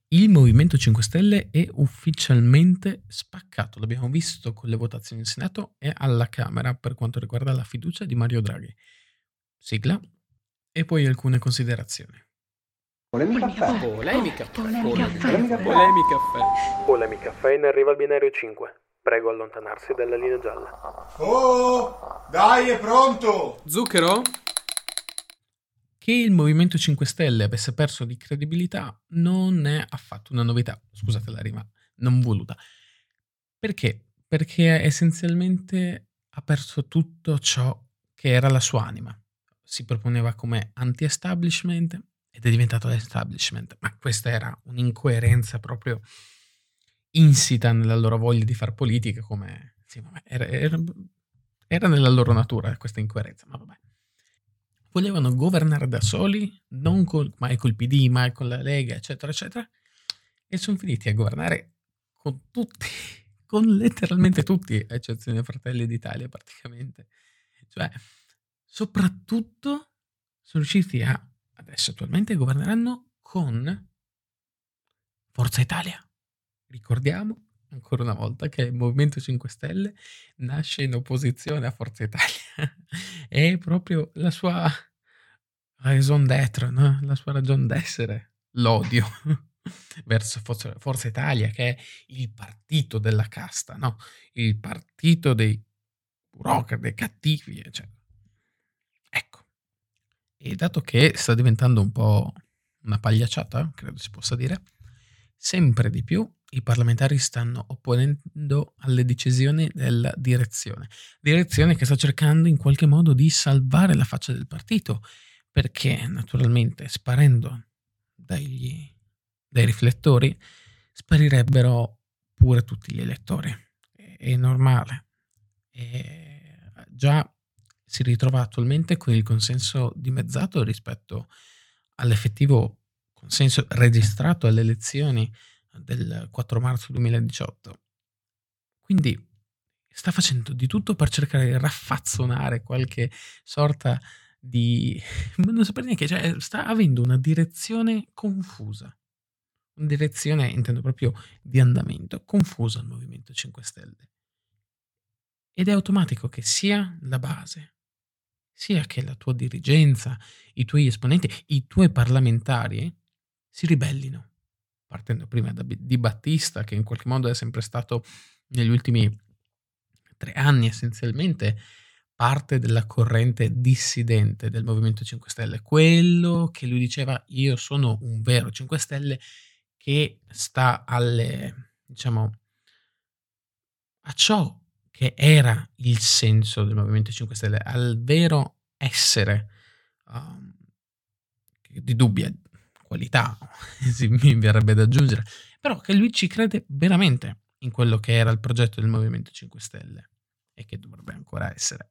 Il Movimento 5 Stelle è ufficialmente spaccato. L'abbiamo visto con le votazioni in Senato e alla Camera per quanto riguarda la fiducia di Mario Draghi. Sigla e poi alcune considerazioni. Polemica caffè. Polemica caffè. Polemica caffè. Polemica caffè ne arriva al binario 5. Prego allontanarsi dalla linea gialla. Oh, dai, è pronto! Zucchero? Che il Movimento 5 Stelle avesse perso di credibilità non è affatto una novità. Scusate la rima, non voluta. Perché? Perché essenzialmente ha perso tutto ciò che era la sua anima. Si proponeva come anti-establishment ed è diventato establishment, ma questa era un'incoerenza proprio insita nella loro voglia di far politica, come sì, vabbè, era nella loro natura questa incoerenza, ma vabbè. Volevano governare da soli, non mai col PD, mai con la Lega, eccetera, eccetera, e sono finiti a governare con tutti, con letteralmente tutti, a eccezione dei Fratelli d'Italia praticamente. Cioè, soprattutto sono riusciti adesso attualmente governeranno con Forza Italia. Ricordiamo ancora una volta che il Movimento 5 Stelle nasce in opposizione a Forza Italia. È proprio la sua raison d'être, no? La sua ragion d'essere, l'odio verso Forza Italia, che è il partito della casta, no? Il partito dei burocrati, dei cattivi, eccetera. Ecco. E dato che sta diventando un po' una pagliacciata, credo si possa dire, sempre di più i parlamentari stanno opponendo alle decisioni della direzione che sta cercando in qualche modo di salvare la faccia del partito, perché naturalmente sparendo dai riflettori sparirebbero pure tutti gli elettori. È normale. Già si ritrova attualmente con il consenso dimezzato rispetto all'effettivo consenso registrato alle elezioni del 4 marzo 2018. Quindi sta facendo di tutto per cercare di raffazzonare qualche sorta di... non saprei neanche, cioè sta avendo una direzione confusa. Una direzione, intendo proprio di andamento, confusa il Movimento 5 Stelle. Ed è automatico che sia la base, sia che la tua dirigenza, i tuoi esponenti, i tuoi parlamentari si ribellino. Partendo prima di Battista, che in qualche modo è sempre stato negli ultimi 3 anni essenzialmente parte della corrente dissidente del Movimento 5 Stelle, quello che lui diceva io sono un vero 5 Stelle che sta diciamo, a ciò che era il senso del Movimento 5 Stelle, al vero essere um, di dubbia qualità, mi verrebbe da aggiungere, però che lui ci crede veramente in quello che era il progetto del Movimento 5 Stelle e che dovrebbe ancora essere.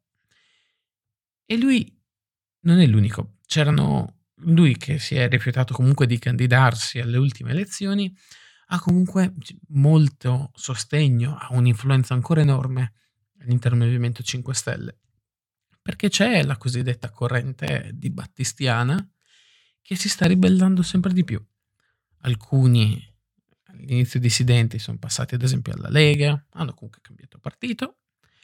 E lui non è l'unico, c'erano lui che si è rifiutato comunque di candidarsi alle ultime elezioni, ha comunque molto sostegno, ha un'influenza ancora enorme all'interno del Movimento 5 Stelle, perché c'è la cosiddetta corrente di battistiana che si sta ribellando sempre di più. Alcuni all'inizio dissidenti sono passati ad esempio alla Lega, hanno comunque cambiato partito,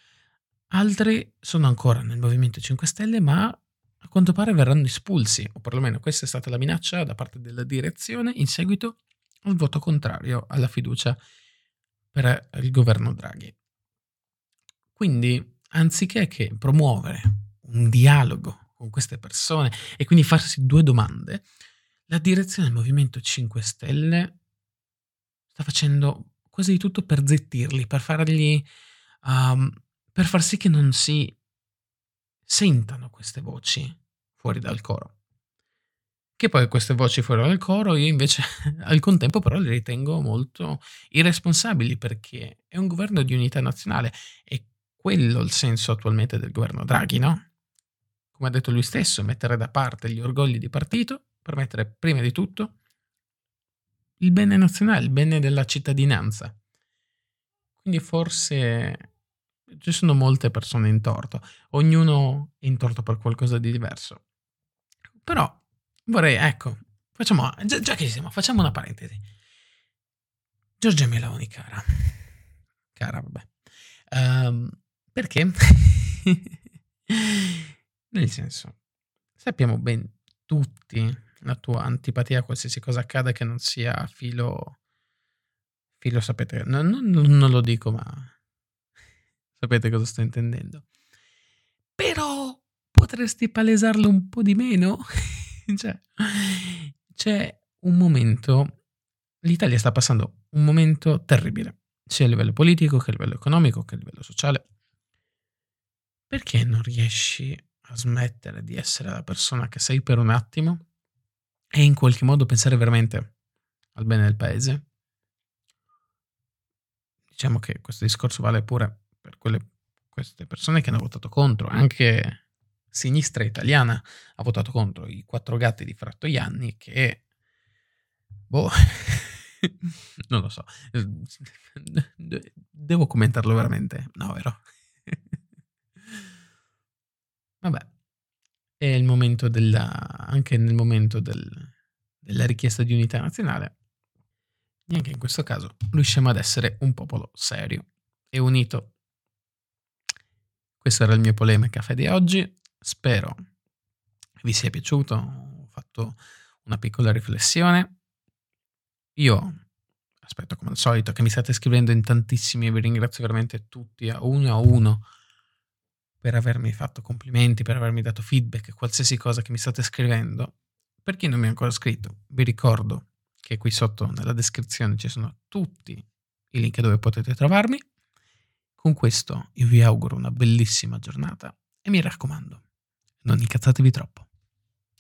altri sono ancora nel Movimento 5 Stelle ma a quanto pare verranno espulsi, o perlomeno questa è stata la minaccia da parte della direzione in seguito al voto contrario alla fiducia per il governo Draghi. Quindi, anziché che promuovere un dialogo con queste persone e quindi farsi 2 domande, la direzione del Movimento 5 Stelle sta facendo quasi di tutto per zittirli, per fargli per far sì che non si sentano queste voci fuori dal coro. Che poi queste voci fuori dal coro io invece al contempo però le ritengo molto irresponsabili, perché è un governo di unità nazionale, è quello il senso attualmente del governo Draghi, no? Come ha detto lui stesso, mettere da parte gli orgogli di partito per mettere prima di tutto il bene nazionale, il bene della cittadinanza. Quindi forse ci sono molte persone in torto, ognuno è in torto per qualcosa di diverso. Però vorrei, ecco, già che ci siamo, facciamo una parentesi. Giorgia Meloni, cara. Cara, vabbè. Perché? Nel senso, sappiamo ben tutti la tua antipatia a qualsiasi cosa accada che non sia filo sapete, non lo dico, ma sapete cosa sto intendendo. Però potresti palesarlo un po' di meno? Cioè, c'è un momento, l'Italia sta passando un momento terribile, sia a livello politico che a livello economico che a livello sociale. Perché non riesci a smettere di essere la persona che sei per un attimo e in qualche modo pensare veramente al bene del paese? Diciamo che questo discorso vale pure per queste persone che hanno votato contro, anche sinistra italiana ha votato contro i 4 gatti di Frattoianni che, boh, non lo so, devo commentarlo veramente? No, vero? Vabbè, è il momento anche nel momento della richiesta di unità nazionale, neanche in questo caso riusciamo ad essere un popolo serio e unito. Questo era il mio Polemica Caffè di oggi, spero vi sia piaciuto, ho fatto una piccola riflessione. Io aspetto come al solito che mi state scrivendo in tantissimi e vi ringrazio veramente tutti a uno per avermi fatto complimenti, per avermi dato feedback, qualsiasi cosa che mi state scrivendo. Per chi non mi ha ancora scritto, vi ricordo che qui sotto nella descrizione ci sono tutti i link dove potete trovarmi. Con questo io vi auguro una bellissima giornata e mi raccomando, non incazzatevi troppo.